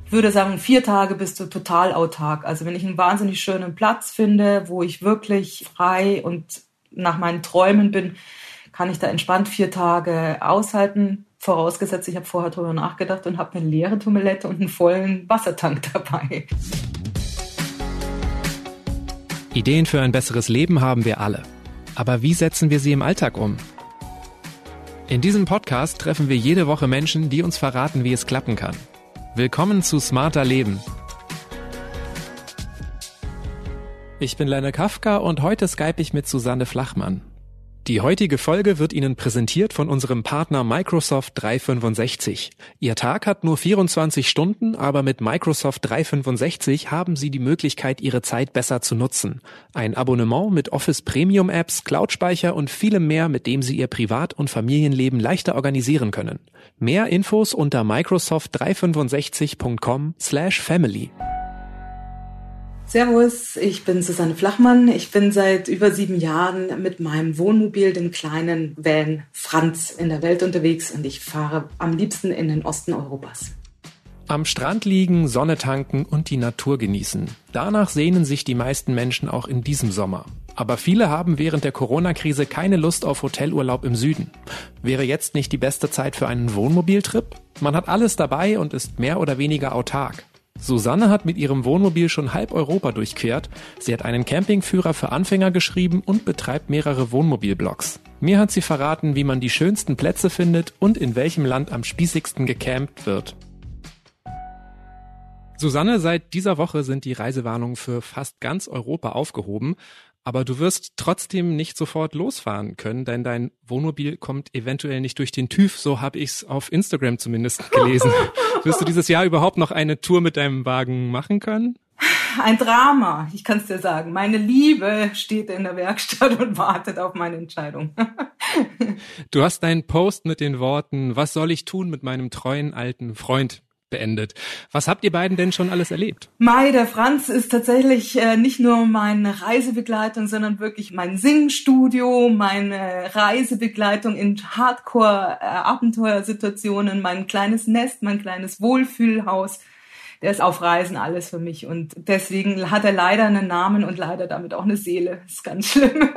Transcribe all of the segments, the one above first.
Ich würde sagen, 4 Tage bist du total autark. Also wenn ich einen wahnsinnig schönen Platz finde, wo ich wirklich frei und nach meinen Träumen bin, kann ich da entspannt 4 Tage aushalten. Vorausgesetzt, ich habe vorher drüber nachgedacht und habe eine leere Toilette und einen vollen Wassertank dabei. Ideen für ein besseres Leben haben wir alle. Aber wie setzen wir sie im Alltag um? In diesem Podcast treffen wir jede Woche Menschen, die uns verraten, wie es klappen kann. Willkommen zu Smarter Leben. Ich bin Lenne Kafka und heute skype ich mit Susanne Flachmann. Die heutige Folge wird Ihnen präsentiert von unserem Partner Microsoft 365. Ihr Tag hat nur 24 Stunden, aber mit Microsoft 365 haben Sie die Möglichkeit, Ihre Zeit besser zu nutzen. Ein Abonnement mit Office Premium Apps, Cloud-Speicher und vielem mehr, mit dem Sie Ihr Privat- und Familienleben leichter organisieren können. Mehr Infos unter microsoft365.com/family. Servus, ich bin Susanne Flachmann. Ich bin seit über 7 Jahren mit meinem Wohnmobil, dem kleinen Van Franz, in der Welt unterwegs und ich fahre am liebsten in den Osten Europas. Am Strand liegen, Sonne tanken und die Natur genießen. Danach sehnen sich die meisten Menschen auch in diesem Sommer. Aber viele haben während der Corona-Krise keine Lust auf Hotelurlaub im Süden. Wäre jetzt nicht die beste Zeit für einen Wohnmobiltrip? Man hat alles dabei und ist mehr oder weniger autark. Susanne hat mit ihrem Wohnmobil schon halb Europa durchquert. Sie hat einen Campingführer für Anfänger geschrieben und betreibt mehrere Wohnmobilblogs. Mir hat sie verraten, wie man die schönsten Plätze findet und in welchem Land am spießigsten gecampt wird. Susanne, seit dieser Woche sind die Reisewarnungen für fast ganz Europa aufgehoben. Aber du wirst trotzdem nicht sofort losfahren können, denn dein Wohnmobil kommt eventuell nicht durch den TÜV, so habe ich es auf Instagram zumindest gelesen. Wirst du dieses Jahr überhaupt noch eine Tour mit deinem Wagen machen können? Ein Drama, ich kann es dir sagen. Meine Liebe steht in der Werkstatt und wartet auf meine Entscheidung. Du hast deinen Post mit den Worten, was soll ich tun mit meinem treuen alten Freund, beendet. Was habt ihr beiden denn schon alles erlebt? Der Franz ist tatsächlich nicht nur meine Reisebegleitung, sondern wirklich mein Singstudio, meine Reisebegleitung in Hardcore-Abenteuersituationen, mein kleines Nest, mein kleines Wohlfühlhaus. Der ist auf Reisen alles für mich und deswegen hat er leider einen Namen und leider damit auch eine Seele. Das ist ganz schlimm.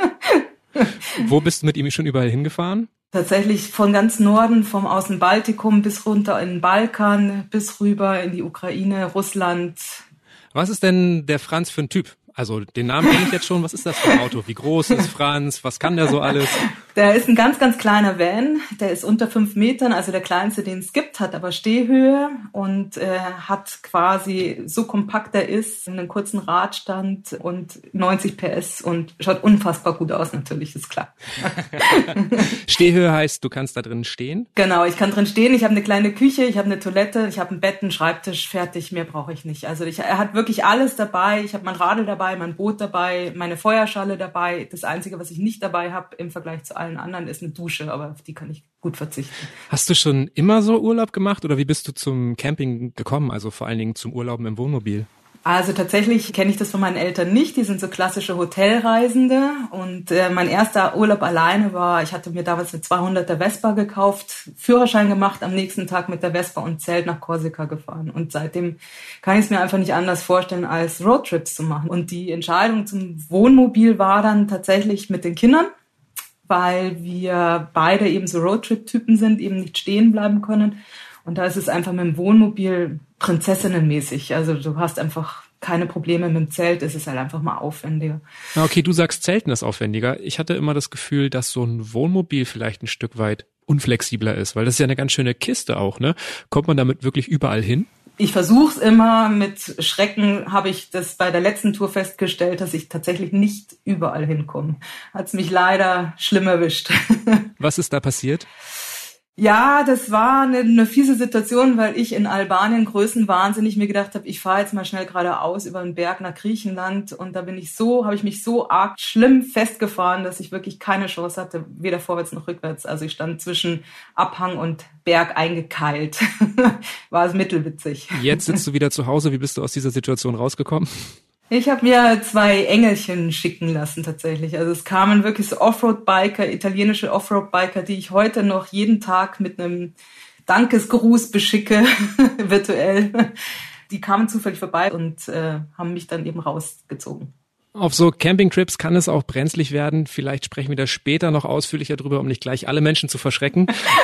Wo bist du mit ihm schon überall hingefahren? Tatsächlich von ganz Norden, aus dem Baltikum bis runter in den Balkan, bis rüber in die Ukraine, Russland. Was ist denn der Franz für ein Typ? Also den Namen kenne ich jetzt schon. Was ist das für ein Auto? Wie groß ist Franz? Was kann der so alles? Der ist ein ganz, ganz kleiner Van. Der ist unter 5 Metern, also der kleinste, den es gibt, hat aber Stehhöhe und hat quasi, so kompakt er ist, einen kurzen Radstand und 90 PS und schaut unfassbar gut aus, natürlich, ist klar. Stehhöhe heißt, du kannst da drin stehen? Genau, ich kann drin stehen. Ich habe eine kleine Küche, ich habe eine Toilette, ich habe ein Bett, einen Schreibtisch, fertig. Mehr brauche ich nicht. Also er hat wirklich alles dabei. Ich habe mein Radl dabei, mein Boot dabei, meine Feuerschale dabei. Das Einzige, was ich nicht dabei habe im Vergleich zu allen anderen, ist eine Dusche, aber auf die kann ich gut verzichten. Hast du schon immer so Urlaub gemacht oder wie bist du zum Camping gekommen, also vor allen Dingen zum Urlauben im Wohnmobil? Also tatsächlich kenne ich das von meinen Eltern nicht, die sind so klassische Hotelreisende und mein erster Urlaub alleine war, ich hatte mir damals eine 200er Vespa gekauft, Führerschein gemacht, am nächsten Tag mit der Vespa und Zelt nach Korsika gefahren und seitdem kann ich es mir einfach nicht anders vorstellen, als Roadtrips zu machen. Und die Entscheidung zum Wohnmobil war dann tatsächlich mit den Kindern, weil wir beide eben so Roadtrip-Typen sind, eben nicht stehen bleiben können. Und da ist es einfach mit dem Wohnmobil prinzessinnenmäßig. Also du hast einfach keine Probleme mit dem Zelt, es ist halt einfach mal aufwendiger. Okay, du sagst, Zelten ist aufwendiger. Ich hatte immer das Gefühl, dass so ein Wohnmobil vielleicht ein Stück weit unflexibler ist, weil das ist ja eine ganz schöne Kiste auch, ne? Kommt man damit wirklich überall hin? Ich versuche es immer. Mit Schrecken habe ich das bei der letzten Tour festgestellt, dass ich tatsächlich nicht überall hinkomme. Hat's mich leider schlimm erwischt. Was ist da passiert? Ja, das war eine fiese Situation, weil ich in Albanien größenwahnsinnig mir gedacht habe, ich fahre jetzt mal schnell geradeaus über den Berg nach Griechenland und da habe ich mich so arg schlimm festgefahren, dass ich wirklich keine Chance hatte, weder vorwärts noch rückwärts. Also ich stand zwischen Abhang und Berg eingekeilt. War es mittelwitzig. Jetzt sitzt du wieder zu Hause. Wie bist du aus dieser Situation rausgekommen? Ich habe mir 2 Engelchen schicken lassen tatsächlich. Also es kamen wirklich so Offroad-Biker, italienische Offroad-Biker, die ich heute noch jeden Tag mit einem Dankesgruß beschicke, virtuell. die kamen zufällig vorbei und haben mich dann eben rausgezogen. Auf so Campingtrips kann es auch brenzlig werden. Vielleicht sprechen wir da später noch ausführlicher drüber, um nicht gleich alle Menschen zu verschrecken.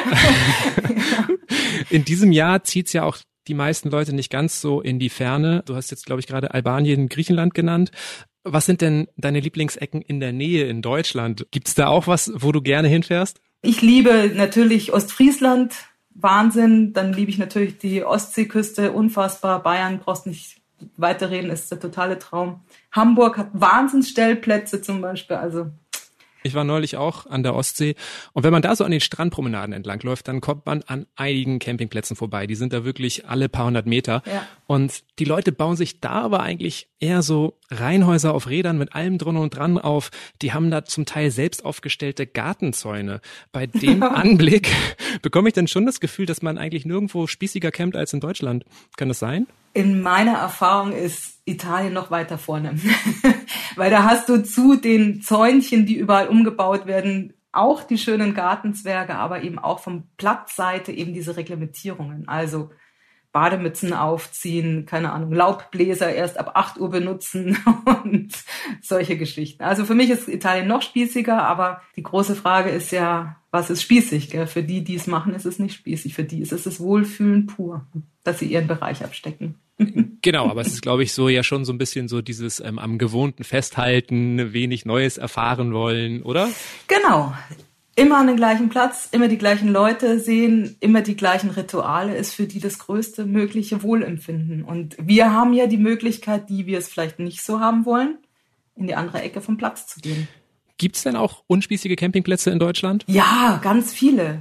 In diesem Jahr zieht's ja auch die meisten Leute nicht ganz so in die Ferne. Du hast jetzt, glaube ich, gerade Albanien, Griechenland genannt. Was sind denn deine Lieblingsecken in der Nähe in Deutschland? Gibt's da auch was, wo du gerne hinfährst? Ich liebe natürlich Ostfriesland, Wahnsinn. Dann liebe ich natürlich die Ostseeküste, unfassbar. Bayern, brauchst nicht weiterreden, ist der totale Traum. Hamburg hat Wahnsinnsstellplätze zum Beispiel, also. Ich war neulich auch an der Ostsee und wenn man da so an den Strandpromenaden entlang läuft, dann kommt man an einigen Campingplätzen vorbei. Die sind da wirklich alle paar hundert Meter. Ja. Und die Leute bauen sich da aber eigentlich eher so Reihenhäuser auf Rädern mit allem drum und dran auf. Die haben da zum Teil selbst aufgestellte Gartenzäune. Bei dem Anblick bekomme ich dann schon das Gefühl, dass man eigentlich nirgendwo spießiger campt als in Deutschland. Kann das sein? In meiner Erfahrung ist Italien noch weiter vorne. Weil da hast du zu den Zäunchen, die überall umgebaut werden, auch die schönen Gartenzwerge, aber eben auch von Platzseite eben diese Reglementierungen. Also Bademützen aufziehen, keine Ahnung, Laubbläser erst ab 8 Uhr benutzen und solche Geschichten. Also für mich ist Italien noch spießiger, aber die große Frage ist ja, was ist spießig? Gell? Für die, die es machen, ist es nicht spießig. Für die ist es das Wohlfühlen pur, dass sie ihren Bereich abstecken. Genau, aber es ist, glaube ich, so ja schon so ein bisschen so dieses am Gewohnten festhalten, wenig Neues erfahren wollen, oder? Genau. Immer an den gleichen Platz, immer die gleichen Leute sehen, immer die gleichen Rituale ist für die das größte mögliche Wohlempfinden. Und wir haben ja die Möglichkeit, die wir es vielleicht nicht so haben wollen, in die andere Ecke vom Platz zu gehen. Gibt's denn auch unspießige Campingplätze in Deutschland? Ja, ganz viele,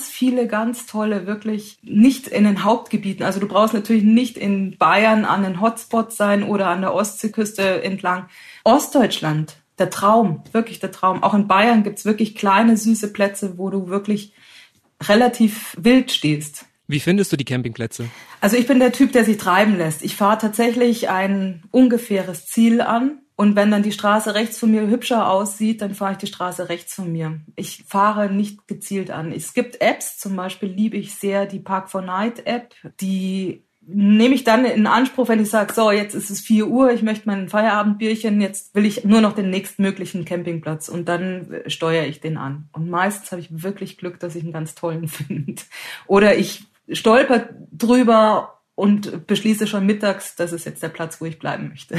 ganz tolle, wirklich nicht in den Hauptgebieten. Also du brauchst natürlich nicht in Bayern an den Hotspots sein oder an der Ostseeküste entlang. Ostdeutschland, der Traum, wirklich der Traum. Auch in Bayern gibt's wirklich kleine, süße Plätze, wo du wirklich relativ wild stehst. Wie findest du die Campingplätze? Also ich bin der Typ, der sich treiben lässt. Ich fahre tatsächlich ein ungefähres Ziel an. Und wenn dann die Straße rechts von mir hübscher aussieht, dann fahre ich die Straße rechts von mir. Ich fahre nicht gezielt an. Es gibt Apps, zum Beispiel liebe ich sehr die Park4Night-App. Die nehme ich dann in Anspruch, wenn ich sage, so, jetzt ist es 4 Uhr, ich möchte mein Feierabendbierchen, jetzt will ich nur noch den nächstmöglichen Campingplatz und dann steuere ich den an. Und meistens habe ich wirklich Glück, dass ich einen ganz tollen finde. Oder ich stolper drüber und beschließe schon mittags, das ist jetzt der Platz, wo ich bleiben möchte.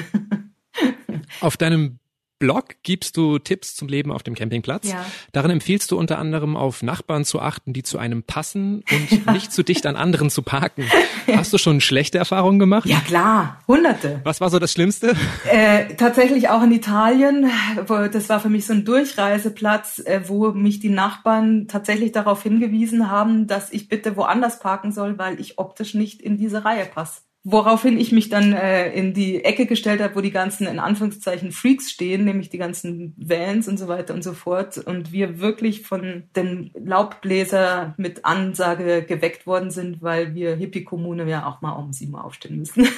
Auf deinem Blog gibst du Tipps zum Leben auf dem Campingplatz. Ja. Darin empfiehlst du unter anderem, auf Nachbarn zu achten, die zu einem passen und nicht zu dicht an anderen zu parken. Hast du schon schlechte Erfahrungen gemacht? Ja klar, Hunderte. Was war so das Schlimmste? Tatsächlich auch in Italien. Das war für mich so ein Durchreiseplatz, wo mich die Nachbarn tatsächlich darauf hingewiesen haben, dass ich bitte woanders parken soll, weil ich optisch nicht in diese Reihe passe. Woraufhin ich mich dann in die Ecke gestellt habe, wo die ganzen, in Anführungszeichen, Freaks stehen, nämlich die ganzen Vans und so weiter und so fort. Und wir wirklich von den Laubbläser mit Ansage geweckt worden sind, weil wir Hippie-Kommune ja auch mal um 7 Uhr aufstehen müssen.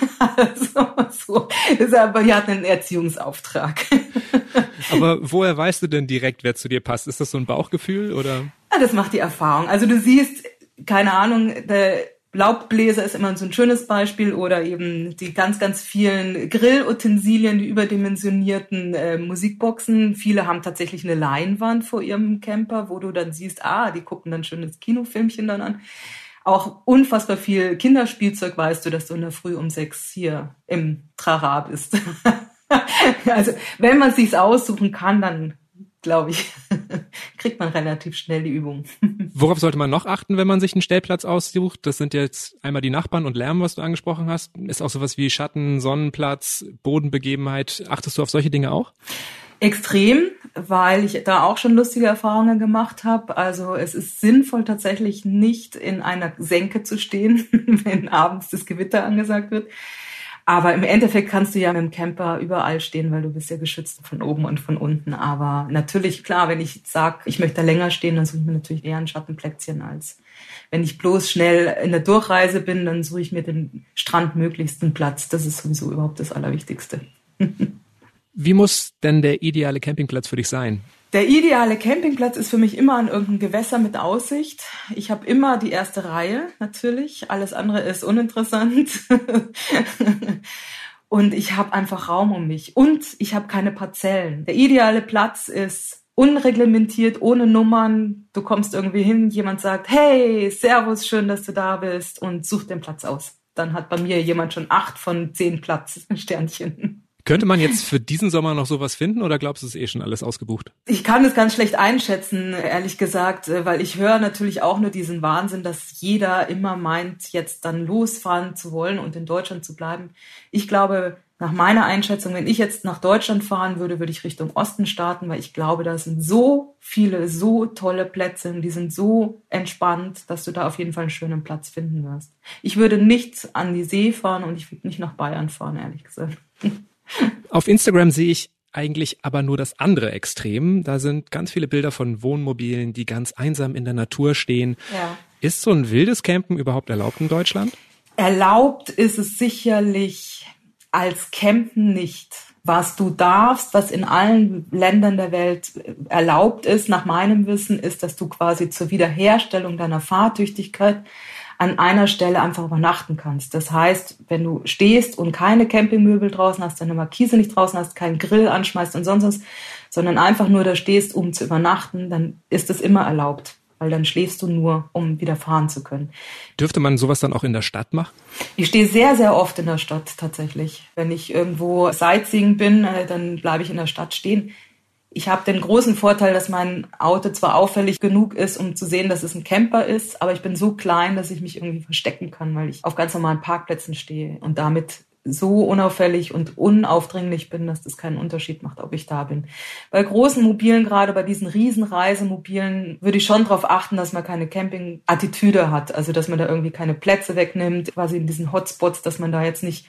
So. Aber wir hatten einen Erziehungsauftrag. Aber woher weißt du denn direkt, wer zu dir passt? Ist das so ein Bauchgefühl oder? Ja, das macht die Erfahrung. Also du siehst, keine Ahnung, der Laubbläser ist immer so ein schönes Beispiel oder eben die ganz vielen Grillutensilien, die überdimensionierten Musikboxen. Viele haben tatsächlich eine Leinwand vor ihrem Camper, wo du dann siehst, die gucken dann schönes Kinofilmchen dann an. Auch unfassbar viel Kinderspielzeug, weißt du, dass du in der Früh um 6 hier im Trara bist. Also wenn man es sich aussuchen kann, dann glaube ich, kriegt man relativ schnell die Übung. Worauf sollte man noch achten, wenn man sich einen Stellplatz aussucht? Das sind jetzt einmal die Nachbarn und Lärm, was du angesprochen hast. Ist auch sowas wie Schatten, Sonnenplatz, Bodenbegebenheit. Achtest du auf solche Dinge auch? Extrem, weil ich da auch schon lustige Erfahrungen gemacht habe. Also es ist sinnvoll, tatsächlich nicht in einer Senke zu stehen, wenn abends das Gewitter angesagt wird. Aber im Endeffekt kannst du ja mit dem Camper überall stehen, weil du bist ja geschützt von oben und von unten. Aber natürlich, klar, wenn ich sage, ich möchte da länger stehen, dann suche ich mir natürlich eher ein Schattenplätzchen, als wenn ich bloß schnell in der Durchreise bin, dann suche ich mir den strandmöglichsten Platz. Das ist sowieso überhaupt das Allerwichtigste. Wie muss denn der ideale Campingplatz für dich sein? Der ideale Campingplatz ist für mich immer an irgendeinem Gewässer mit Aussicht. Ich habe immer die erste Reihe, natürlich. Alles andere ist uninteressant. Und ich habe einfach Raum um mich. Und ich habe keine Parzellen. Der ideale Platz ist unreglementiert, ohne Nummern. Du kommst irgendwie hin, jemand sagt, hey, servus, schön, dass du da bist und such den Platz aus. Dann hat bei mir jemand schon 8 von 10 Platzsternchen. Könnte man jetzt für diesen Sommer noch sowas finden oder glaubst du, es ist schon alles ausgebucht? Ich kann es ganz schlecht einschätzen, ehrlich gesagt, weil ich höre natürlich auch nur diesen Wahnsinn, dass jeder immer meint, jetzt dann losfahren zu wollen und in Deutschland zu bleiben. Ich glaube, nach meiner Einschätzung, wenn ich jetzt nach Deutschland fahren würde, würde ich Richtung Osten starten, weil ich glaube, da sind so viele, so tolle Plätze und die sind so entspannt, dass du da auf jeden Fall einen schönen Platz finden wirst. Ich würde nicht an die See fahren und ich würde nicht nach Bayern fahren, ehrlich gesagt. Auf Instagram sehe ich eigentlich aber nur das andere Extrem. Da sind ganz viele Bilder von Wohnmobilen, die ganz einsam in der Natur stehen. Ja. Ist so ein wildes Campen überhaupt erlaubt in Deutschland? Erlaubt ist es sicherlich als Campen nicht. Was du darfst, was in allen Ländern der Welt erlaubt ist, nach meinem Wissen, ist, dass du quasi zur Wiederherstellung deiner Fahrtüchtigkeit an einer Stelle einfach übernachten kannst. Das heißt, wenn du stehst und keine Campingmöbel draußen hast, deine Markise nicht draußen hast, keinen Grill anschmeißt und sonst was, sondern einfach nur da stehst, um zu übernachten, dann ist das immer erlaubt, weil dann schläfst du nur, um wieder fahren zu können. Dürfte man sowas dann auch in der Stadt machen? Ich stehe sehr, sehr oft in der Stadt tatsächlich. Wenn ich irgendwo Sightseeing bin, dann bleibe ich in der Stadt stehen. Ich habe den großen Vorteil, dass mein Auto zwar auffällig genug ist, um zu sehen, dass es ein Camper ist, aber ich bin so klein, dass ich mich irgendwie verstecken kann, weil ich auf ganz normalen Parkplätzen stehe und damit so unauffällig und unaufdringlich bin, dass das keinen Unterschied macht, ob ich da bin. Bei großen Mobilen, gerade bei diesen riesen Reisemobilen, würde ich schon darauf achten, dass man keine Camping-Attitüde hat, also dass man da irgendwie keine Plätze wegnimmt, quasi in diesen Hotspots, dass man da jetzt nicht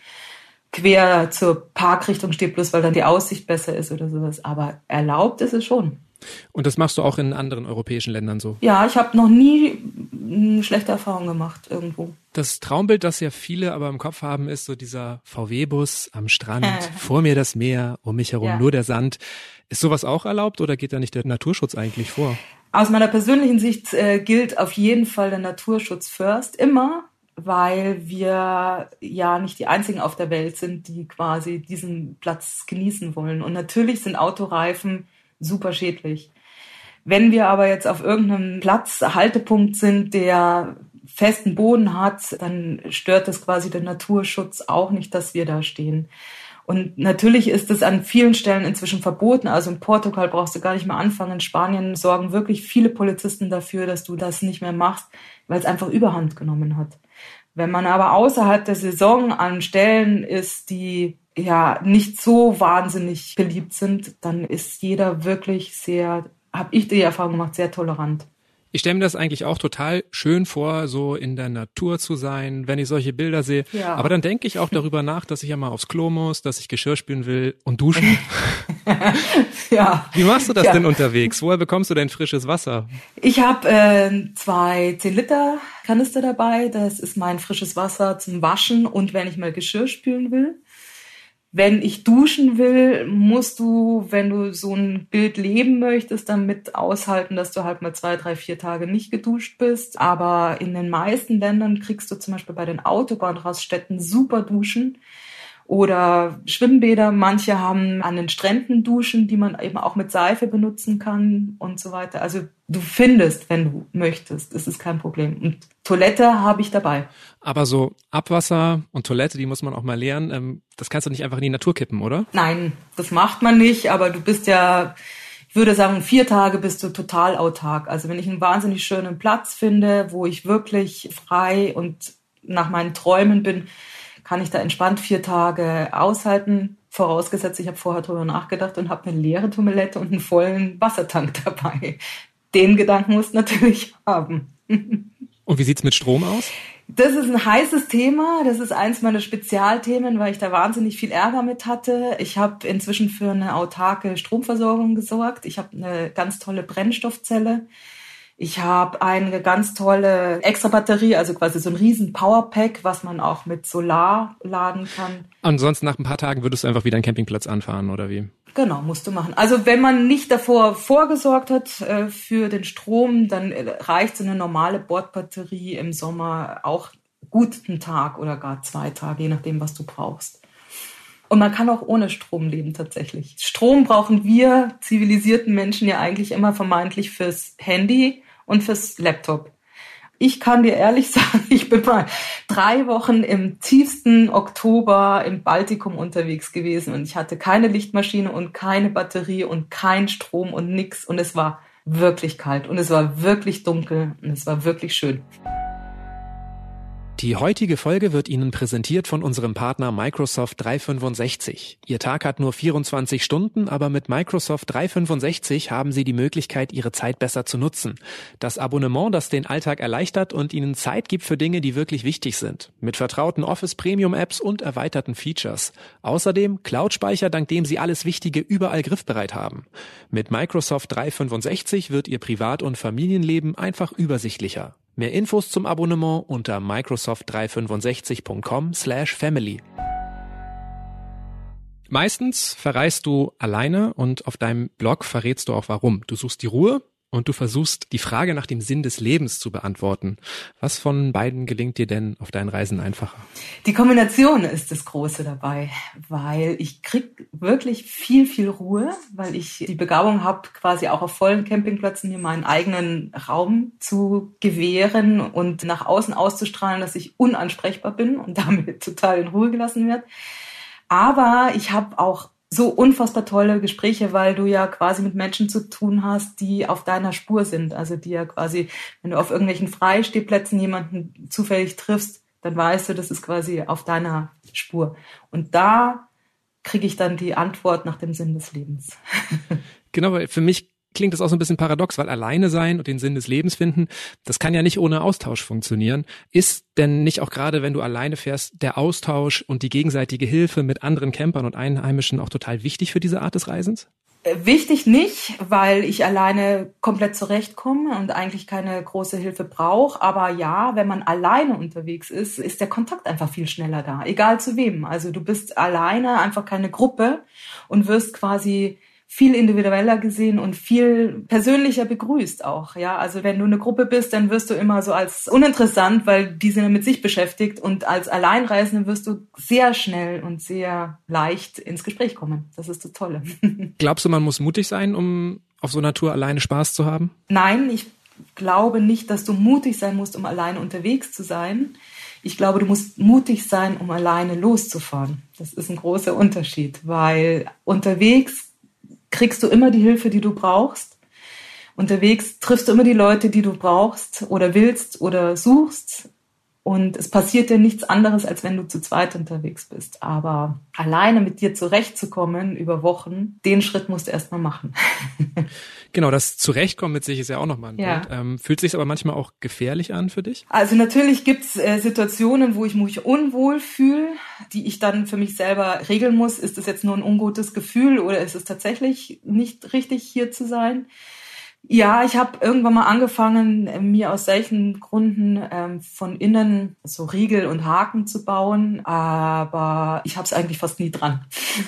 quer zur Parkrichtung steht, bloß weil dann die Aussicht besser ist oder sowas. Aber erlaubt ist es schon. Und das machst du auch in anderen europäischen Ländern so? Ja, ich habe noch nie eine schlechte Erfahrung gemacht irgendwo. Das Traumbild, das ja viele aber im Kopf haben, ist so dieser VW-Bus am Strand, vor mir das Meer, um mich herum nur der Sand. Ist sowas auch erlaubt oder geht da nicht der Naturschutz eigentlich vor? Aus meiner persönlichen Sicht gilt auf jeden Fall der Naturschutz first, immer. Weil wir ja nicht die einzigen auf der Welt sind, die quasi diesen Platz genießen wollen. Und natürlich sind Autoreifen super schädlich. Wenn wir aber jetzt auf irgendeinem Platz, Haltepunkt sind, der festen Boden hat, dann stört das quasi den Naturschutz auch nicht, dass wir da stehen. Und natürlich ist es an vielen Stellen inzwischen verboten. Also in Portugal brauchst du gar nicht mehr anfangen. In Spanien sorgen wirklich viele Polizisten dafür, dass du das nicht mehr machst, weil es einfach Überhand genommen hat. Wenn man aber außerhalb der Saison an Stellen ist, die ja nicht so wahnsinnig beliebt sind, dann ist jeder wirklich sehr, habe ich die Erfahrung gemacht, sehr tolerant. Ich stelle mir das eigentlich auch total schön vor, so in der Natur zu sein, wenn ich solche Bilder sehe. Ja. Aber dann denke ich auch darüber nach, dass ich ja mal aufs Klo muss, dass ich Geschirr spülen will und duschen. Ja. Wie machst du das denn unterwegs? Woher bekommst du denn frisches Wasser? Ich habe 2 10-Liter-Kanister dabei. Das ist mein frisches Wasser zum Waschen und wenn ich mal Geschirr spülen will. Wenn ich duschen will, musst du, wenn du so ein Bild leben möchtest, damit aushalten, dass du halt mal 2, 3, 4 Tage nicht geduscht bist. Aber in den meisten Ländern kriegst du zum Beispiel bei den Autobahnraststätten super Duschen oder Schwimmbäder. Manche haben an den Stränden Duschen, die man eben auch mit Seife benutzen kann und so weiter. Also du findest, wenn du möchtest. Es ist kein Problem. Und Toilette habe ich dabei. Aber so Abwasser und Toilette, die muss man auch mal leeren. Das kannst du nicht einfach in die Natur kippen, oder? Nein, das macht man nicht. Aber du bist ja, ich würde sagen, 4 Tage bist du total autark. Also wenn ich einen wahnsinnig schönen Platz finde, wo ich wirklich frei und nach meinen Träumen bin, kann ich da entspannt 4 Tage aushalten. Vorausgesetzt, ich habe vorher drüber nachgedacht und habe eine leere Toilette und einen vollen Wassertank dabei. Den Gedanken musst du natürlich haben. Und wie sieht's mit Strom aus? Das ist ein heißes Thema. Das ist eins meiner Spezialthemen, weil ich da wahnsinnig viel Ärger mit hatte. Ich habe inzwischen für eine autarke Stromversorgung gesorgt. Ich habe eine ganz tolle Brennstoffzelle. Ich habe eine ganz tolle Extra-Batterie, also quasi so ein riesen Powerpack, was man auch mit Solar laden kann. Ansonsten nach ein paar Tagen würdest du einfach wieder einen Campingplatz anfahren, oder wie? Genau, musst du machen. Also wenn man nicht davor vorgesorgt hat für den Strom, dann reicht so eine normale Bordbatterie im Sommer auch gut einen Tag oder gar 2 Tage, je nachdem, was du brauchst. Und man kann auch ohne Strom leben tatsächlich. Strom brauchen wir zivilisierten Menschen ja eigentlich immer vermeintlich fürs Handy und fürs Laptop. Ich kann dir ehrlich sagen, ich bin mal 3 Wochen im tiefsten Oktober im Baltikum unterwegs gewesen und ich hatte keine Lichtmaschine und keine Batterie und kein Strom und nix. Und es war wirklich kalt und es war wirklich dunkel und es war wirklich schön. Die heutige Folge wird Ihnen präsentiert von unserem Partner Microsoft 365. Ihr Tag hat nur 24 Stunden, aber mit Microsoft 365 haben Sie die Möglichkeit, Ihre Zeit besser zu nutzen. Das Abonnement, das den Alltag erleichtert und Ihnen Zeit gibt für Dinge, die wirklich wichtig sind. Mit vertrauten Office Premium Apps und erweiterten Features. Außerdem Cloud-Speicher, dank dem Sie alles Wichtige überall griffbereit haben. Mit Microsoft 365 wird Ihr Privat- und Familienleben einfach übersichtlicher. Mehr Infos zum Abonnement unter microsoft365.com/family. Meistens verreist du alleine und auf deinem Blog verrätst du auch warum. Du suchst die Ruhe und du versuchst, die Frage nach dem Sinn des Lebens zu beantworten. Was von beiden gelingt dir denn auf deinen Reisen einfacher? Die Kombination ist das Große dabei, weil ich krieg wirklich viel Ruhe, weil ich die Begabung habe, quasi auch auf vollen Campingplätzen mir meinen eigenen Raum zu gewähren und nach außen auszustrahlen, dass ich unansprechbar bin und damit total in Ruhe gelassen werde. Aber ich habe auch so unfassbar tolle Gespräche, weil du ja quasi mit Menschen zu tun hast, die auf deiner Spur sind. Also die ja quasi, wenn du auf irgendwelchen Freistehplätzen jemanden zufällig triffst, dann weißt du, das ist quasi auf deiner Spur. Und da kriege ich dann die Antwort nach dem Sinn des Lebens. Genau, weil für mich klingt das auch so ein bisschen paradox, weil alleine sein und den Sinn des Lebens finden, das kann ja nicht ohne Austausch funktionieren. Ist denn nicht auch gerade, wenn du alleine fährst, der Austausch und die gegenseitige Hilfe mit anderen Campern und Einheimischen auch total wichtig für diese Art des Reisens? Wichtig nicht, weil ich alleine komplett zurechtkomme und eigentlich keine große Hilfe brauche. Aber ja, wenn man alleine unterwegs ist, ist der Kontakt einfach viel schneller da, egal zu wem. Also du bist alleine, einfach keine Gruppe und wirst quasi viel individueller gesehen und viel persönlicher begrüßt auch, ja. Also wenn du eine Gruppe bist, dann wirst du immer so als uninteressant, weil die sind ja mit sich beschäftigt, und als Alleinreisende wirst du sehr schnell und sehr leicht ins Gespräch kommen. Das ist das Tolle. Glaubst du, man muss mutig sein, um auf so einer Tour alleine Spaß zu haben? Nein, ich glaube nicht, dass du mutig sein musst, um alleine unterwegs zu sein. Ich glaube, du musst mutig sein, um alleine loszufahren. Das ist ein großer Unterschied, weil unterwegs kriegst du immer die Hilfe, die du brauchst. Unterwegs triffst du immer die Leute, die du brauchst oder willst oder suchst. Und es passiert dir nichts anderes, als wenn du zu zweit unterwegs bist. Aber alleine mit dir zurechtzukommen über Wochen, den Schritt musst du erst mal machen. Genau, das Zurechtkommen mit sich ist ja auch nochmal ein Punkt. Fühlt sich aber manchmal auch gefährlich an für dich? Also natürlich gibt's Situationen, wo ich mich unwohl fühle, die ich dann für mich selber regeln muss. Ist es jetzt nur ein ungutes Gefühl oder ist es tatsächlich nicht richtig, hier zu sein? Ja, ich habe irgendwann mal angefangen, mir aus solchen Gründen von innen so Riegel und Haken zu bauen, aber ich habe es eigentlich fast nie dran.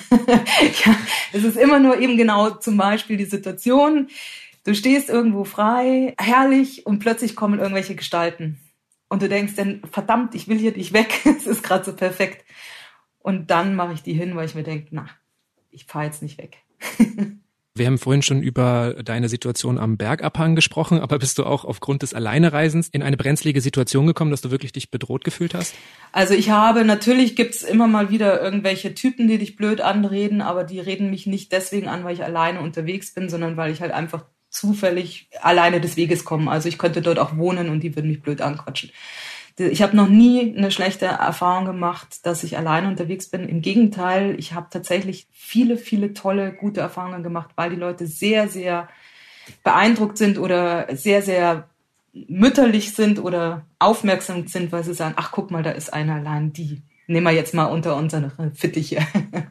Ja, es ist immer nur eben genau zum Beispiel die Situation, du stehst irgendwo frei, herrlich, und plötzlich kommen irgendwelche Gestalten. Und du denkst dann, verdammt, ich will hier nicht weg, es ist gerade so perfekt. Und dann mache ich die hin, weil ich mir denke, na, ich fahre jetzt nicht weg. Wir haben vorhin schon über deine Situation am Bergabhang gesprochen, aber bist du auch aufgrund des Alleinereisens in eine brenzlige Situation gekommen, dass du wirklich dich bedroht gefühlt hast? Also natürlich gibt's immer mal wieder irgendwelche Typen, die dich blöd anreden, aber die reden mich nicht deswegen an, weil ich alleine unterwegs bin, sondern weil ich halt einfach zufällig alleine des Weges komme. Also ich könnte dort auch wohnen und die würden mich blöd anquatschen. Ich habe noch nie eine schlechte Erfahrung gemacht, dass ich alleine unterwegs bin. Im Gegenteil, ich habe tatsächlich viele tolle, gute Erfahrungen gemacht, weil die Leute sehr, sehr beeindruckt sind oder sehr, sehr mütterlich sind oder aufmerksam sind, weil sie sagen, ach, guck mal, da ist einer allein, die nehmen wir jetzt mal unter unsere Fittiche.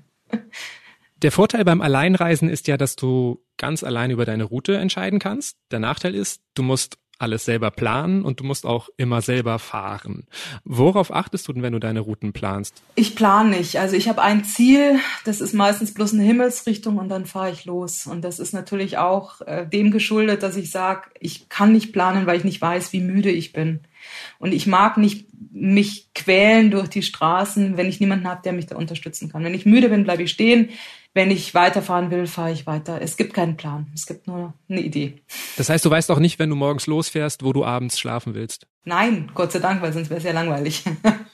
Der Vorteil beim Alleinreisen ist ja, dass du ganz allein über deine Route entscheiden kannst. Der Nachteil ist, du musst alles selber planen und du musst auch immer selber fahren. Worauf achtest du denn, wenn du deine Routen planst? Ich plane nicht. Also ich habe ein Ziel, das ist meistens bloß eine Himmelsrichtung und dann fahre ich los. Und das ist natürlich auch dem geschuldet, dass ich sage, ich kann nicht planen, weil ich nicht weiß, wie müde ich bin. Und ich mag nicht mich quälen durch die Straßen, wenn ich niemanden habe, der mich da unterstützen kann. Wenn ich müde bin, bleibe ich stehen. Wenn ich weiterfahren will, fahre ich weiter. Es gibt keinen Plan. Es gibt nur eine Idee. Das heißt, du weißt auch nicht, wenn du morgens losfährst, wo du abends schlafen willst? Nein, Gott sei Dank, weil sonst wäre es ja langweilig.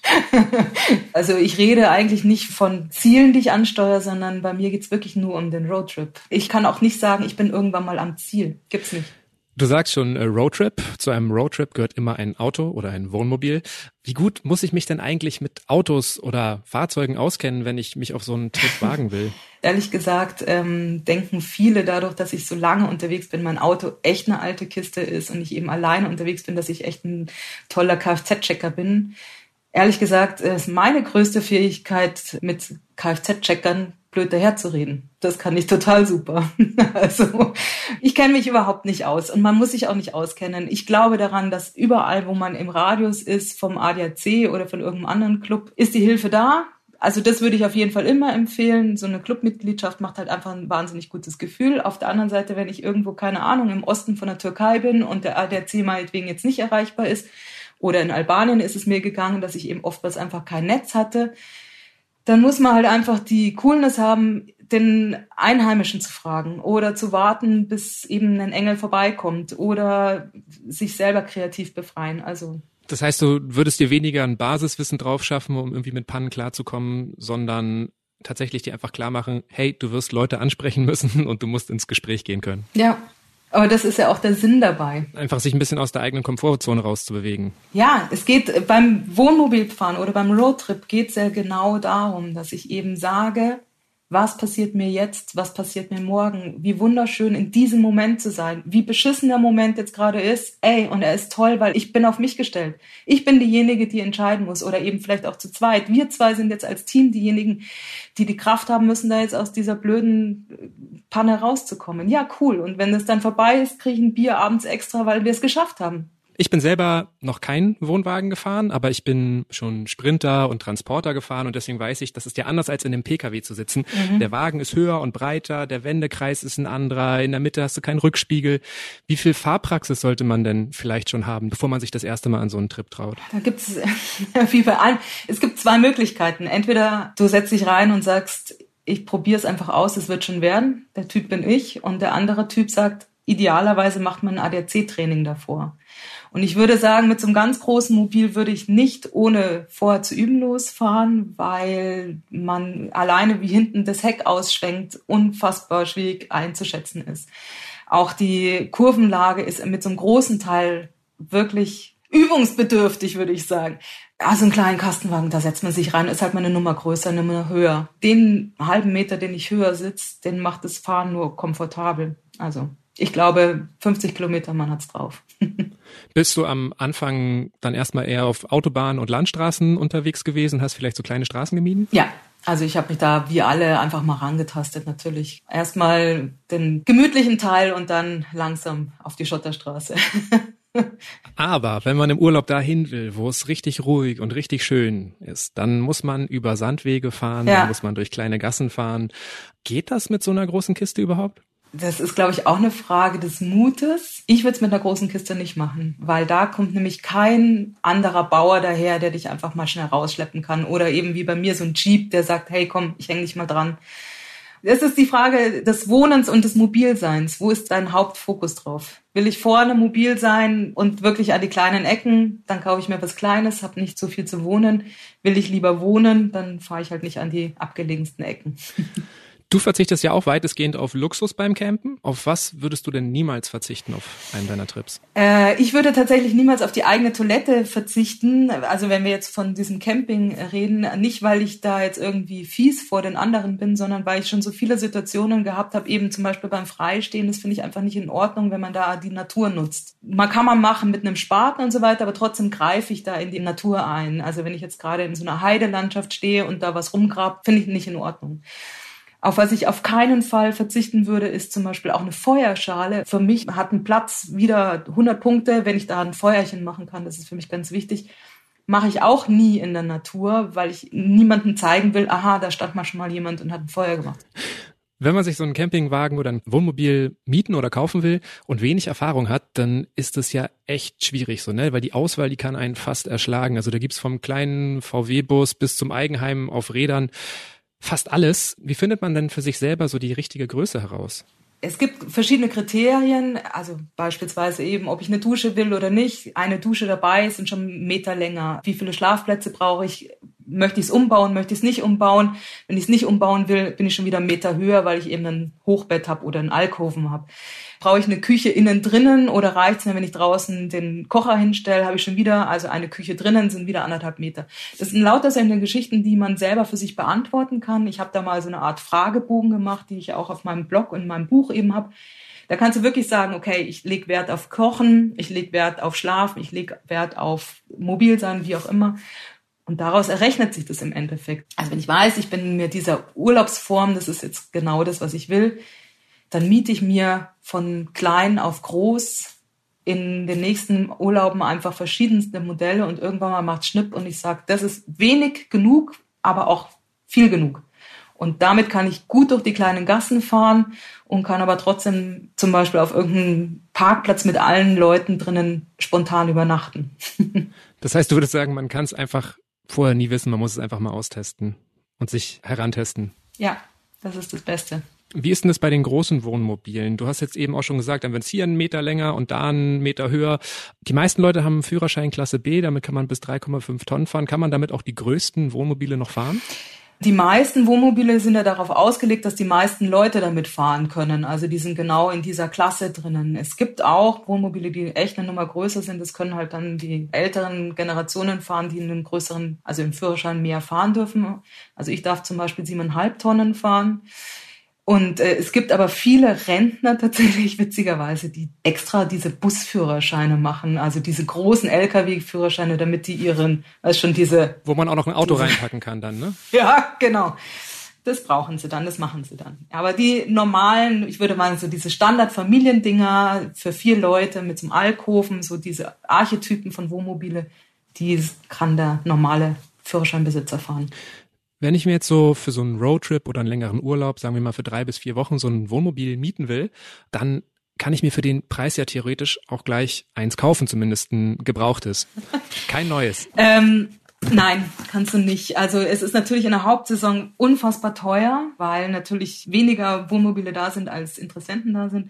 Also ich rede eigentlich nicht von Zielen, die ich ansteuere, sondern bei mir geht's wirklich nur um den Roadtrip. Ich kann auch nicht sagen, ich bin irgendwann mal am Ziel. Gibt's nicht. Du sagst schon Roadtrip. Zu einem Roadtrip gehört immer ein Auto oder ein Wohnmobil. Wie gut muss ich mich denn eigentlich mit Autos oder Fahrzeugen auskennen, wenn ich mich auf so einen Trip wagen will? Ehrlich gesagt denken viele dadurch, dass ich so lange unterwegs bin, mein Auto echt eine alte Kiste ist und ich eben alleine unterwegs bin, dass ich echt ein toller Kfz-Checker bin. Ehrlich gesagt ist meine größte Fähigkeit, mit Kfz-Checkern blöd daherzureden. Das kann ich total super. Also ich kenne mich überhaupt nicht aus und man muss sich auch nicht auskennen. Ich glaube daran, dass überall, wo man im Radius ist, vom ADAC oder von irgendeinem anderen Club, ist die Hilfe da. Also das würde ich auf jeden Fall immer empfehlen. So eine Clubmitgliedschaft macht halt einfach ein wahnsinnig gutes Gefühl. Auf der anderen Seite, wenn ich irgendwo, keine Ahnung, im Osten von der Türkei bin und der ADAC meinetwegen jetzt nicht erreichbar ist, oder in Albanien ist es mir gegangen, dass ich eben oftmals einfach kein Netz hatte, dann muss man halt einfach die Coolness haben, den Einheimischen zu fragen oder zu warten, bis eben ein Engel vorbeikommt oder sich selber kreativ befreien. Also das heißt, du würdest dir weniger ein Basiswissen drauf schaffen, um irgendwie mit Pannen klarzukommen, sondern tatsächlich dir einfach klar machen, hey, du wirst Leute ansprechen müssen und du musst ins Gespräch gehen können. Ja, aber das ist ja auch der Sinn dabei. Einfach sich ein bisschen aus der eigenen Komfortzone rauszubewegen. Ja, es geht beim Wohnmobilfahren oder beim Roadtrip geht es ja genau darum, dass ich eben sage, was passiert mir jetzt, was passiert mir morgen, wie wunderschön in diesem Moment zu sein, wie beschissen der Moment jetzt gerade ist, und er ist toll, weil ich bin auf mich gestellt. Ich bin diejenige, die entscheiden muss oder eben vielleicht auch zu zweit. Wir zwei sind jetzt als Team diejenigen, die die Kraft haben müssen, da jetzt aus dieser blöden Panne rauszukommen. Ja, cool. Und wenn das dann vorbei ist, kriege ich ein Bier abends extra, weil wir es geschafft haben. Ich bin selber noch keinen Wohnwagen gefahren, aber ich bin schon Sprinter und Transporter gefahren und deswegen weiß ich, das ist ja anders als in dem PKW zu sitzen. Mhm. Der Wagen ist höher und breiter, der Wendekreis ist ein anderer, in der Mitte hast du keinen Rückspiegel. Wie viel Fahrpraxis sollte man denn vielleicht schon haben, bevor man sich das erste Mal an so einen Trip traut? Da gibt's wie bei allen. Es gibt zwei Möglichkeiten. Entweder du setzt dich rein und sagst, ich probiere es einfach aus, es wird schon werden. Der Typ bin ich. Und der andere Typ sagt, idealerweise macht man ein ADAC-Training davor. Und ich würde sagen, mit so einem ganz großen Mobil würde ich nicht ohne vorher zu üben losfahren, weil man alleine wie hinten das Heck ausschwenkt, unfassbar schwierig einzuschätzen ist. Auch die Kurvenlage ist mit so einem großen Teil wirklich übungsbedürftig, würde ich sagen. Ja, so einen kleinen Kastenwagen, da setzt man sich rein, ist halt mal eine Nummer größer, eine Nummer höher. Den halben Meter, den ich höher sitze, den macht das Fahren nur komfortabel. Also ich glaube, 50 Kilometer, man hat's drauf. Bist du am Anfang dann erstmal eher auf Autobahnen und Landstraßen unterwegs gewesen? Hast vielleicht so kleine Straßen gemieden? Ja, also ich habe mich da wie alle einfach mal rangetastet natürlich. Erstmal den gemütlichen Teil und dann langsam auf die Schotterstraße. Aber wenn man im Urlaub dahin will, wo es richtig ruhig und richtig schön ist, dann muss man über Sandwege fahren, dann muss man durch kleine Gassen fahren. Geht das mit so einer großen Kiste überhaupt? Das ist, glaube ich, auch eine Frage des Mutes. Ich würde es mit einer großen Kiste nicht machen, weil da kommt nämlich kein anderer Bauer daher, der dich einfach mal schnell rausschleppen kann. Oder eben wie bei mir so ein Jeep, der sagt, hey komm, ich hänge dich mal dran. Das ist die Frage des Wohnens und des Mobilseins. Wo ist dein Hauptfokus drauf? Will ich vorne mobil sein und wirklich an die kleinen Ecken, dann kaufe ich mir was Kleines, habe nicht so viel zu wohnen. Will ich lieber wohnen, dann fahre ich halt nicht an die abgelegensten Ecken. Du verzichtest ja auch weitestgehend auf Luxus beim Campen. Auf was würdest du denn niemals verzichten auf einen deiner Trips? Ich würde tatsächlich niemals auf die eigene Toilette verzichten. Also wenn wir jetzt von diesem Camping reden, nicht weil ich da jetzt irgendwie fies vor den anderen bin, sondern weil ich schon so viele Situationen gehabt habe, eben zum Beispiel beim Freistehen. Das finde ich einfach nicht in Ordnung, wenn man da die Natur nutzt. Kann man machen mit einem Spaten und so weiter, aber trotzdem greife ich da in die Natur ein. Also wenn ich jetzt gerade in so einer Heidelandschaft stehe und da was rumgrab, finde ich nicht in Ordnung. Auf was ich auf keinen Fall verzichten würde, ist zum Beispiel auch eine Feuerschale. Für mich hat ein Platz wieder 100 Punkte, wenn ich da ein Feuerchen machen kann. Das ist für mich ganz wichtig. Mache ich auch nie in der Natur, weil ich niemandem zeigen will, aha, da stand mal schon mal jemand und hat ein Feuer gemacht. Wenn man sich so einen Campingwagen oder ein Wohnmobil mieten oder kaufen will und wenig Erfahrung hat, dann ist das ja echt schwierig so, ne? Weil die Auswahl, die kann einen fast erschlagen. Also da gibt's vom kleinen VW-Bus bis zum Eigenheim auf Rädern fast alles. Wie findet man denn für sich selber so die richtige Größe heraus? Es gibt verschiedene Kriterien, also beispielsweise eben, ob ich eine Dusche will oder nicht. Eine Dusche dabei sind schon 1 Meter länger. Wie viele Schlafplätze brauche ich? Möchte ich es umbauen, möchte ich es nicht umbauen? Wenn ich es nicht umbauen will, bin ich schon wieder 1 Meter höher, weil ich eben ein Hochbett habe oder einen Alkoven habe. Brauche ich eine Küche innen drinnen oder reicht es mir, wenn ich draußen den Kocher hinstelle, habe ich schon wieder, also eine Küche drinnen sind wieder 1,5 Meter. Das sind lauter solche Geschichten, die man selber für sich beantworten kann. Ich habe da mal so eine Art Fragebogen gemacht, die ich auch auf meinem Blog und in meinem Buch eben habe. Da kannst du wirklich sagen, okay, ich lege Wert auf Kochen, ich lege Wert auf Schlafen, ich lege Wert auf Mobilsein, wie auch immer. Und daraus errechnet sich das im Endeffekt. Also wenn ich weiß, ich bin mir dieser Urlaubsform, das ist jetzt genau das, was ich will, dann miete ich mir von klein auf groß in den nächsten Urlauben einfach verschiedenste Modelle und irgendwann mal macht Schnipp und ich sage, das ist wenig genug, aber auch viel genug. Und damit kann ich gut durch die kleinen Gassen fahren und kann aber trotzdem zum Beispiel auf irgendeinem Parkplatz mit allen Leuten drinnen spontan übernachten. Das heißt, du würdest sagen, man kann es einfach vorher nie wissen, man muss es einfach mal austesten und sich herantesten. Ja, das ist das Beste. Wie ist denn das bei den großen Wohnmobilen? Du hast jetzt eben auch schon gesagt, dann wird es hier 1 Meter länger und da 1 Meter höher. Die meisten Leute haben einen Führerschein Klasse B, damit kann man bis 3,5 Tonnen fahren. Kann man damit auch die größten Wohnmobile noch fahren? Die meisten Wohnmobile sind ja darauf ausgelegt, dass die meisten Leute damit fahren können. Also die sind genau in dieser Klasse drinnen. Es gibt auch Wohnmobile, die echt eine Nummer größer sind. Das können halt dann die älteren Generationen fahren, die in einem größeren, also im Führerschein mehr fahren dürfen. Also ich darf zum Beispiel 7,5 Tonnen fahren. Und es gibt aber viele Rentner tatsächlich, witzigerweise, die extra diese Busführerscheine machen, also diese großen LKW-Führerscheine, damit die ihren, weißt schon, diese... Wo man auch noch ein Auto reinpacken kann dann, ne? Ja, genau. Das brauchen sie dann, das machen sie dann. Aber die normalen, ich würde mal so diese Standard-Familiendinger für 4 Leute mit so einem Alkoven, so diese Archetypen von Wohnmobile, die kann der normale Führerscheinbesitzer fahren. Wenn ich mir jetzt so für so einen Roadtrip oder einen längeren Urlaub, sagen wir mal für 3 bis 4 Wochen, so ein Wohnmobil mieten will, dann kann ich mir für den Preis ja theoretisch auch gleich eins kaufen, zumindest ein gebrauchtes. Kein neues. Nein, kannst du nicht. Also es ist natürlich in der Hauptsaison unfassbar teuer, weil natürlich weniger Wohnmobile da sind, als Interessenten da sind.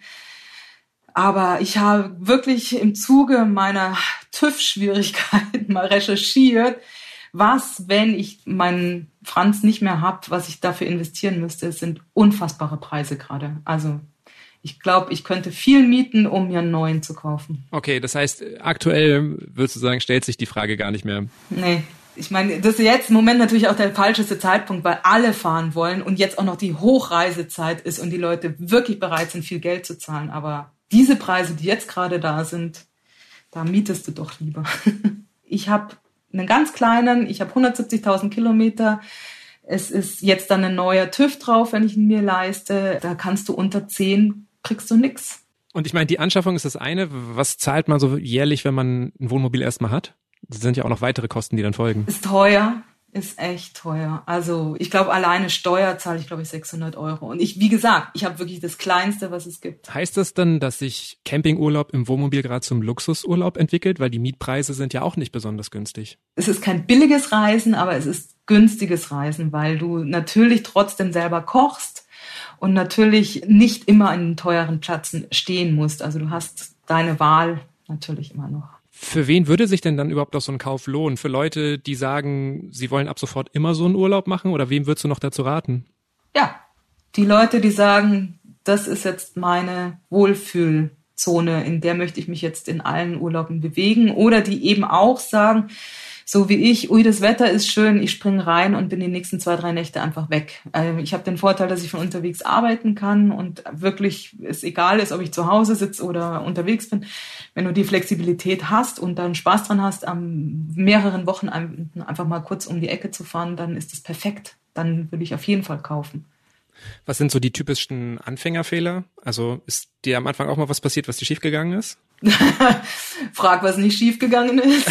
Aber ich habe wirklich im Zuge meiner TÜV-Schwierigkeiten mal recherchiert, was, wenn ich meinen Franz nicht mehr habe, was ich dafür investieren müsste. Es sind unfassbare Preise gerade. Also ich glaube, ich könnte viel mieten, um mir einen neuen zu kaufen. Okay, das heißt, aktuell würdest du sagen, stellt sich die Frage gar nicht mehr. Nee, ich meine, das ist jetzt im Moment natürlich auch der falscheste Zeitpunkt, weil alle fahren wollen und jetzt auch noch die Hochreisezeit ist und die Leute wirklich bereit sind, viel Geld zu zahlen. Aber diese Preise, die jetzt gerade da sind, da mietest du doch lieber. Ich habe einen ganz kleinen, ich habe 170.000 Kilometer. Es ist jetzt dann ein neuer TÜV drauf, wenn ich ihn mir leiste. Da kannst du unter 10, kriegst du nix. Und ich meine, die Anschaffung ist das eine. Was zahlt man so jährlich, wenn man ein Wohnmobil erstmal hat? Das sind ja auch noch weitere Kosten, die dann folgen. Ist teuer, ist echt teuer. Also ich glaube, alleine Steuer zahle ich, glaube ich, 600 €. Und ich, wie gesagt, ich habe wirklich das Kleinste, was es gibt. Heißt das dann, dass sich Campingurlaub im Wohnmobil gerade zum Luxusurlaub entwickelt? Weil die Mietpreise sind ja auch nicht besonders günstig. Es ist kein billiges Reisen, aber es ist günstiges Reisen, weil du natürlich trotzdem selber kochst und natürlich nicht immer an den teuren Plätzen stehen musst. Also du hast deine Wahl natürlich immer noch. Für wen würde sich denn dann überhaupt auch so ein Kauf lohnen? Für Leute, die sagen, sie wollen ab sofort immer so einen Urlaub machen? Oder wem würdest du noch dazu raten? Ja, die Leute, die sagen, das ist jetzt meine Wohlfühlzone, in der möchte ich mich jetzt in allen Urlauben bewegen. Oder die eben auch sagen, so wie ich, ui, das Wetter ist schön, ich springe rein und bin die nächsten 2, 3 Nächte einfach weg. Ich habe den Vorteil, dass ich von unterwegs arbeiten kann und wirklich es egal ist, ob ich zu Hause sitze oder unterwegs bin. Wenn du die Flexibilität hast und dann Spaß dran hast, an mehreren Wochen einfach mal kurz um die Ecke zu fahren, dann ist das perfekt. Dann würde ich auf jeden Fall kaufen. Was sind so die typischsten Anfängerfehler? Also ist dir am Anfang auch mal was passiert, was dir schiefgegangen ist? Frag, was nicht schiefgegangen ist.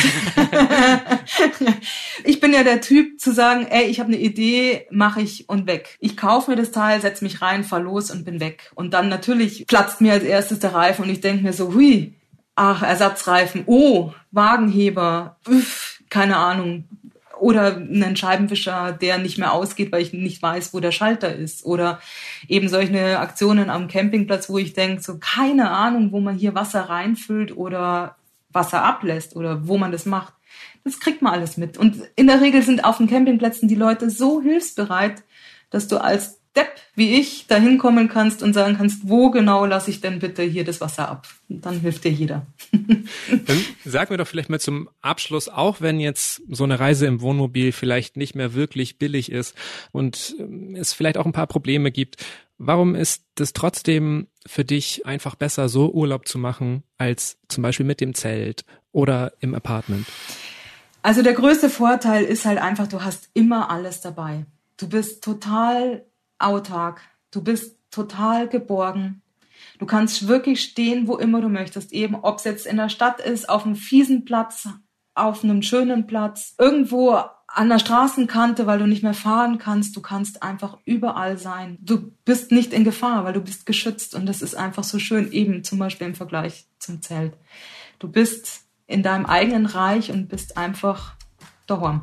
Ich bin ja der Typ zu sagen, ich habe eine Idee, mache ich und weg. Ich kaufe mir das Teil, setze mich rein, fahr los und bin weg. Und dann natürlich platzt mir als erstes der Reifen und ich denke mir so, hui, ach, Ersatzreifen, oh, Wagenheber, keine Ahnung. Oder einen Scheibenwischer, der nicht mehr ausgeht, weil ich nicht weiß, wo der Schalter ist. Oder eben solche Aktionen am Campingplatz, wo ich denke, so keine Ahnung, wo man hier Wasser reinfüllt oder Wasser ablässt oder wo man das macht. Das kriegt man alles mit. Und in der Regel sind auf den Campingplätzen die Leute so hilfsbereit, dass du als Depp wie ich da hinkommen kannst und sagen kannst, wo genau lasse ich denn bitte hier das Wasser ab? Und dann hilft dir jeder. Dann sag mir doch vielleicht mal zum Abschluss, auch wenn jetzt so eine Reise im Wohnmobil vielleicht nicht mehr wirklich billig ist und es vielleicht auch ein paar Probleme gibt, warum ist es trotzdem für dich einfach besser, so Urlaub zu machen, als zum Beispiel mit dem Zelt oder im Apartment? Also der größte Vorteil ist halt einfach, du hast immer alles dabei. Du bist total autark. Du bist total geborgen. Du kannst wirklich stehen, wo immer du möchtest. Eben, ob es jetzt in der Stadt ist, auf einem fiesen Platz, auf einem schönen Platz, irgendwo an der Straßenkante, weil du nicht mehr fahren kannst. Du kannst einfach überall sein. Du bist nicht in Gefahr, weil du bist geschützt. Und das ist einfach so schön, eben zum Beispiel im Vergleich zum Zelt. Du bist in deinem eigenen Reich und bist einfach daheim.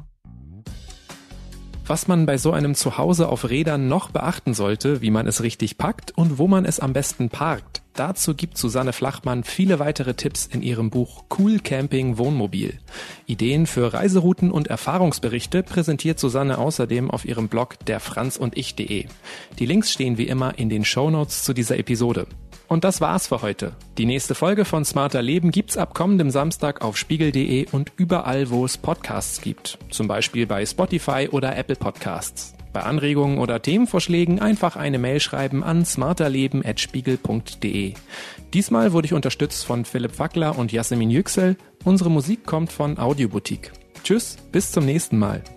Was man bei so einem Zuhause auf Rädern noch beachten sollte, wie man es richtig packt und wo man es am besten parkt. Dazu gibt Susanne Flachmann viele weitere Tipps in ihrem Buch Cool Camping Wohnmobil. Ideen für Reiserouten und Erfahrungsberichte präsentiert Susanne außerdem auf ihrem Blog derfranzundich.de. Die Links stehen wie immer in den Shownotes zu dieser Episode. Und das war's für heute. Die nächste Folge von Smarter Leben gibt's ab kommendem Samstag auf spiegel.de und überall, wo es Podcasts gibt. Zum Beispiel bei Spotify oder Apple Podcasts. Bei Anregungen oder Themenvorschlägen einfach eine Mail schreiben an smarterleben@spiegel.de. Diesmal wurde ich unterstützt von Philipp Fackler und Jasmin Yüksel. Unsere Musik kommt von Audioboutique. Tschüss, bis zum nächsten Mal.